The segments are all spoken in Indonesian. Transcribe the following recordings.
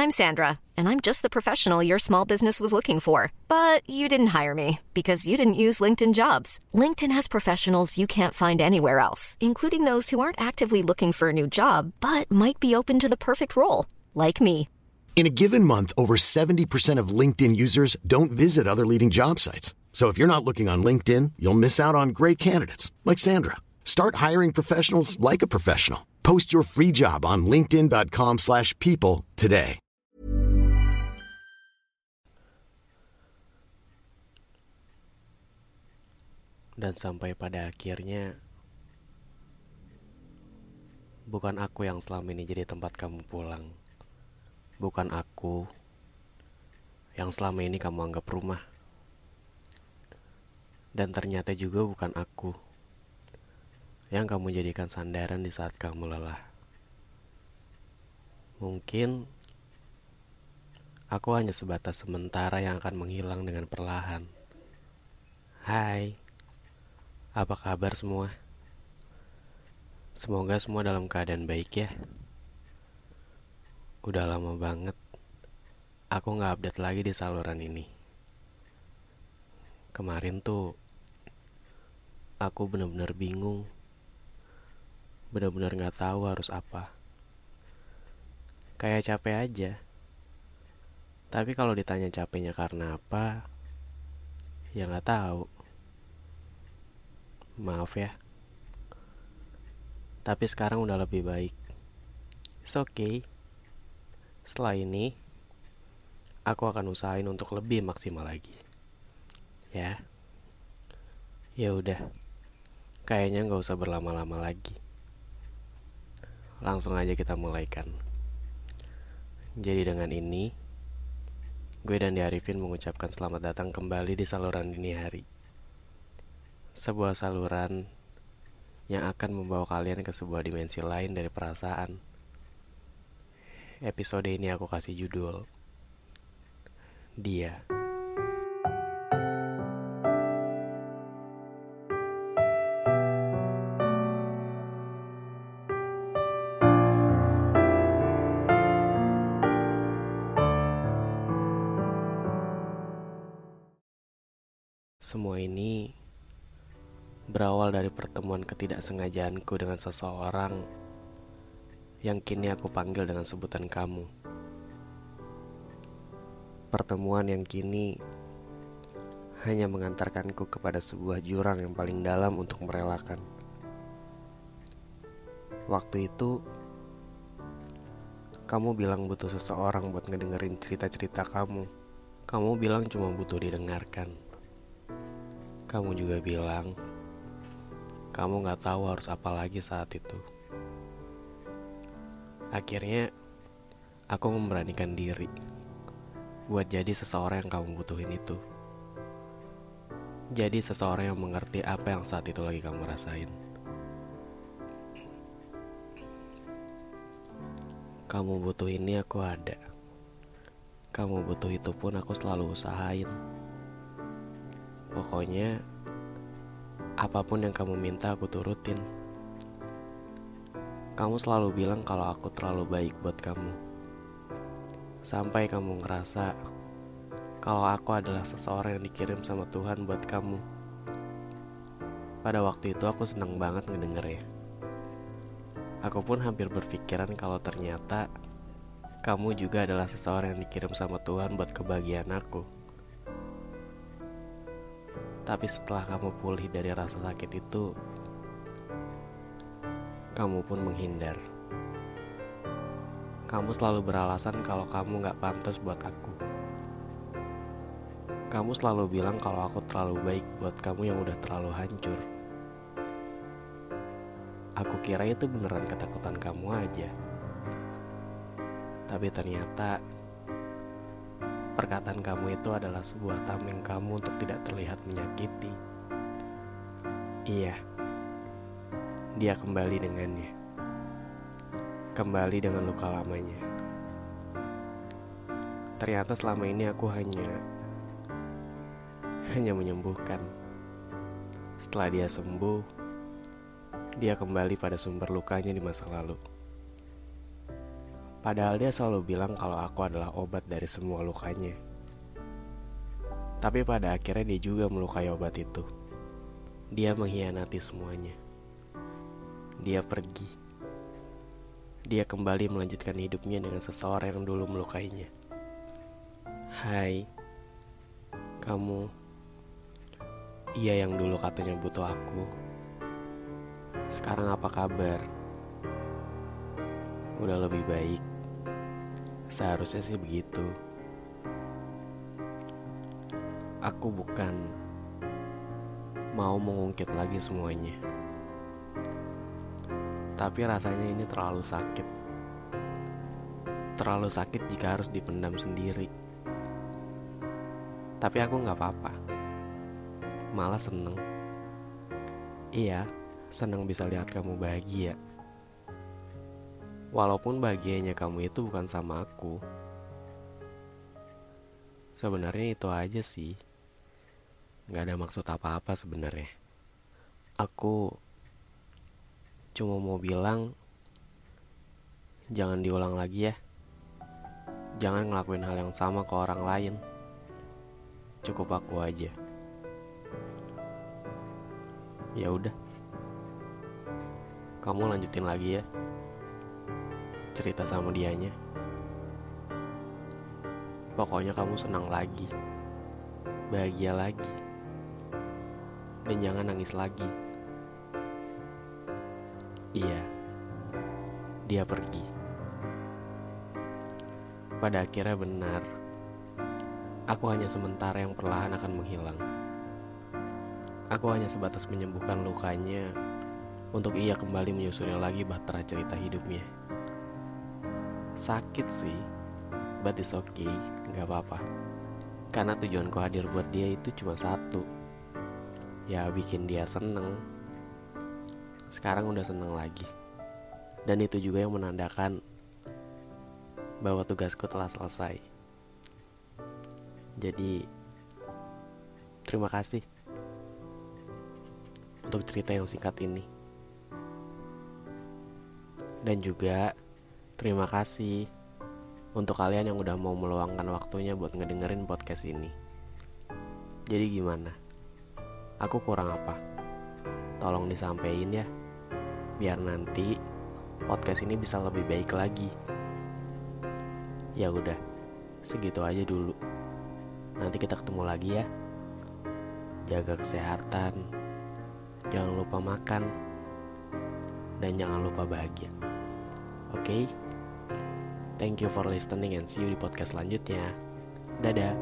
I'm Sandra, and I'm just the professional your small business was looking for. But you didn't hire me because you didn't use LinkedIn Jobs. LinkedIn has professionals you can't find anywhere else, including those who aren't actively looking for a new job, but might be open to the perfect role, like me. In a given month, over 70% of LinkedIn users don't visit other leading job sites. So if you're not looking on LinkedIn, you'll miss out on great candidates like Sandra. Start hiring professionals like a professional. Post your free job on linkedin.com/people today. Dan sampai pada akhirnya, bukan aku yang selama ini jadi tempat kamu pulang. Bukan aku yang selama ini kamu anggap rumah. Dan ternyata juga bukan aku yang kamu jadikan sandaran di saat kamu lelah. Mungkin aku hanya sebatas sementara yang akan menghilang dengan perlahan. Hai, apa kabar semua? Semoga semua dalam keadaan baik ya. Udah lama banget aku gak update lagi di saluran ini. Kemarin tuh aku benar-benar bingung. Benar-benar gak tahu harus apa. Kayak capek aja. Tapi kalau ditanya capeknya karena apa, ya gak tahu. Maaf ya. Tapi sekarang udah lebih baik. It's okay. Setelah ini, aku akan usahain untuk lebih maksimal lagi. Ya. Ya udah. Kayaknya gak usah berlama-lama lagi. Langsung aja kita mulaikan. Jadi dengan ini, gue dan Arifin mengucapkan selamat datang kembali di saluran dini hari. Sebuah saluran yang akan membawa kalian ke sebuah dimensi lain dari perasaan. Episode ini aku kasih judul Dia. Semua ini berawal dari pertemuan ketidaksengajaanku dengan seseorang yang kini aku panggil dengan sebutan kamu. Pertemuan yang kini hanya mengantarkanku kepada sebuah jurang yang paling dalam untuk merelakan. Waktu itu, kamu bilang butuh seseorang buat ngedengerin cerita-cerita kamu. Kamu bilang cuma butuh didengarkan. Kamu juga bilang kamu gak tahu harus apa lagi saat itu. Akhirnya, aku memberanikan diri buat jadi seseorang yang kamu butuhin itu. Jadi seseorang yang mengerti apa yang saat itu lagi kamu rasain. Kamu butuh ini, aku ada. Kamu butuh itu pun aku selalu usahain. Pokoknya, apapun yang kamu minta aku turutin. Kamu selalu bilang kalau aku terlalu baik buat kamu. Sampai kamu ngerasa kalau aku adalah seseorang yang dikirim sama Tuhan buat kamu. Pada waktu itu aku senang banget ngedengernya. Aku pun hampir berpikiran kalau ternyata kamu juga adalah seseorang yang dikirim sama Tuhan buat kebahagiaan aku. Tapi setelah kamu pulih dari rasa sakit itu, kamu pun menghindar. Kamu selalu beralasan kalau kamu gak pantas buat aku. Kamu selalu bilang kalau aku terlalu baik buat kamu yang udah terlalu hancur. Aku kira itu beneran ketakutan kamu aja. Tapi ternyata perkataan kamu itu adalah sebuah tameng kamu untuk tidak terlihat menyakiti. Iya, dia kembali dengannya. Kembali dengan luka lamanya. Ternyata selama ini aku hanya menyembuhkan. Setelah dia sembuh, dia kembali pada sumber lukanya di masa lalu. Padahal dia selalu bilang kalau aku adalah obat dari semua lukanya. Tapi pada akhirnya dia juga melukai obat itu. Dia mengkhianati semuanya. Dia pergi. Dia kembali melanjutkan hidupnya dengan seseorang yang dulu melukainya. Hai, kamu. Iya yang dulu katanya butuh aku. Sekarang apa kabar? Udah lebih baik. Seharusnya sih begitu. Aku bukan mau mengungkit lagi semuanya, tapi rasanya ini terlalu sakit. Terlalu sakit jika harus dipendam sendiri. Tapi aku gak apa-apa. Malah seneng. Iya, seneng bisa lihat kamu bahagia. Walaupun bahagianya kamu itu bukan sama aku. Sebenarnya itu aja sih. Gak ada maksud apa-apa sebenarnya. Aku cuma mau bilang, jangan diulang lagi ya. Jangan ngelakuin hal yang sama ke orang lain. Cukup aku aja. Ya udah. Kamu lanjutin lagi ya cerita sama dianya. Pokoknya kamu senang lagi, bahagia lagi, dan jangan nangis lagi. Iya, dia pergi. Pada akhirnya benar, aku hanya sementara yang perlahan akan menghilang. Aku hanya sebatas menyembuhkan lukanya untuk ia kembali menyusunnya lagi bahtera cerita hidupnya. Sakit sih, but it's okay, gak apa-apa. Karena tujuanku hadir buat dia itu cuma satu, ya bikin dia seneng. Sekarang udah seneng lagi. Dan itu juga yang menandakan bahwa tugasku telah selesai. Jadi terima kasih untuk cerita yang singkat ini. Dan juga terima kasih untuk kalian yang udah mau meluangkan waktunya buat ngedengerin podcast ini. Jadi gimana? Aku kurang apa? Tolong disampein ya, biar nanti podcast ini bisa lebih baik lagi. Ya udah, segitu aja dulu. Nanti kita ketemu lagi ya. Jaga kesehatan, jangan lupa makan, dan jangan lupa bahagia. Oke? Thank you for listening and see you di podcast selanjutnya. Dadah.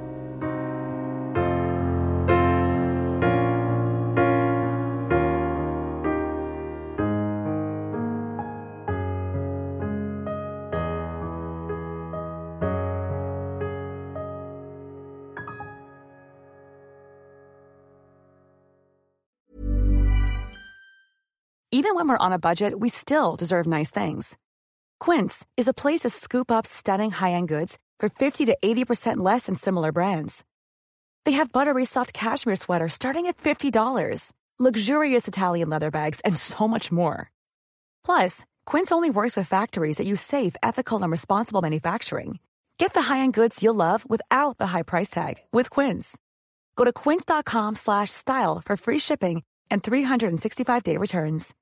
Even when we're on a budget, we still deserve nice things. Quince is a place to scoop up stunning high-end goods for 50 to 80% less than similar brands. They have buttery soft cashmere sweaters starting at $50, luxurious Italian leather bags, and so much more. Plus, Quince only works with factories that use safe, ethical, and responsible manufacturing. Get the high-end goods you'll love without the high price tag with Quince. Go to quince.com/style for free shipping and 365-day returns.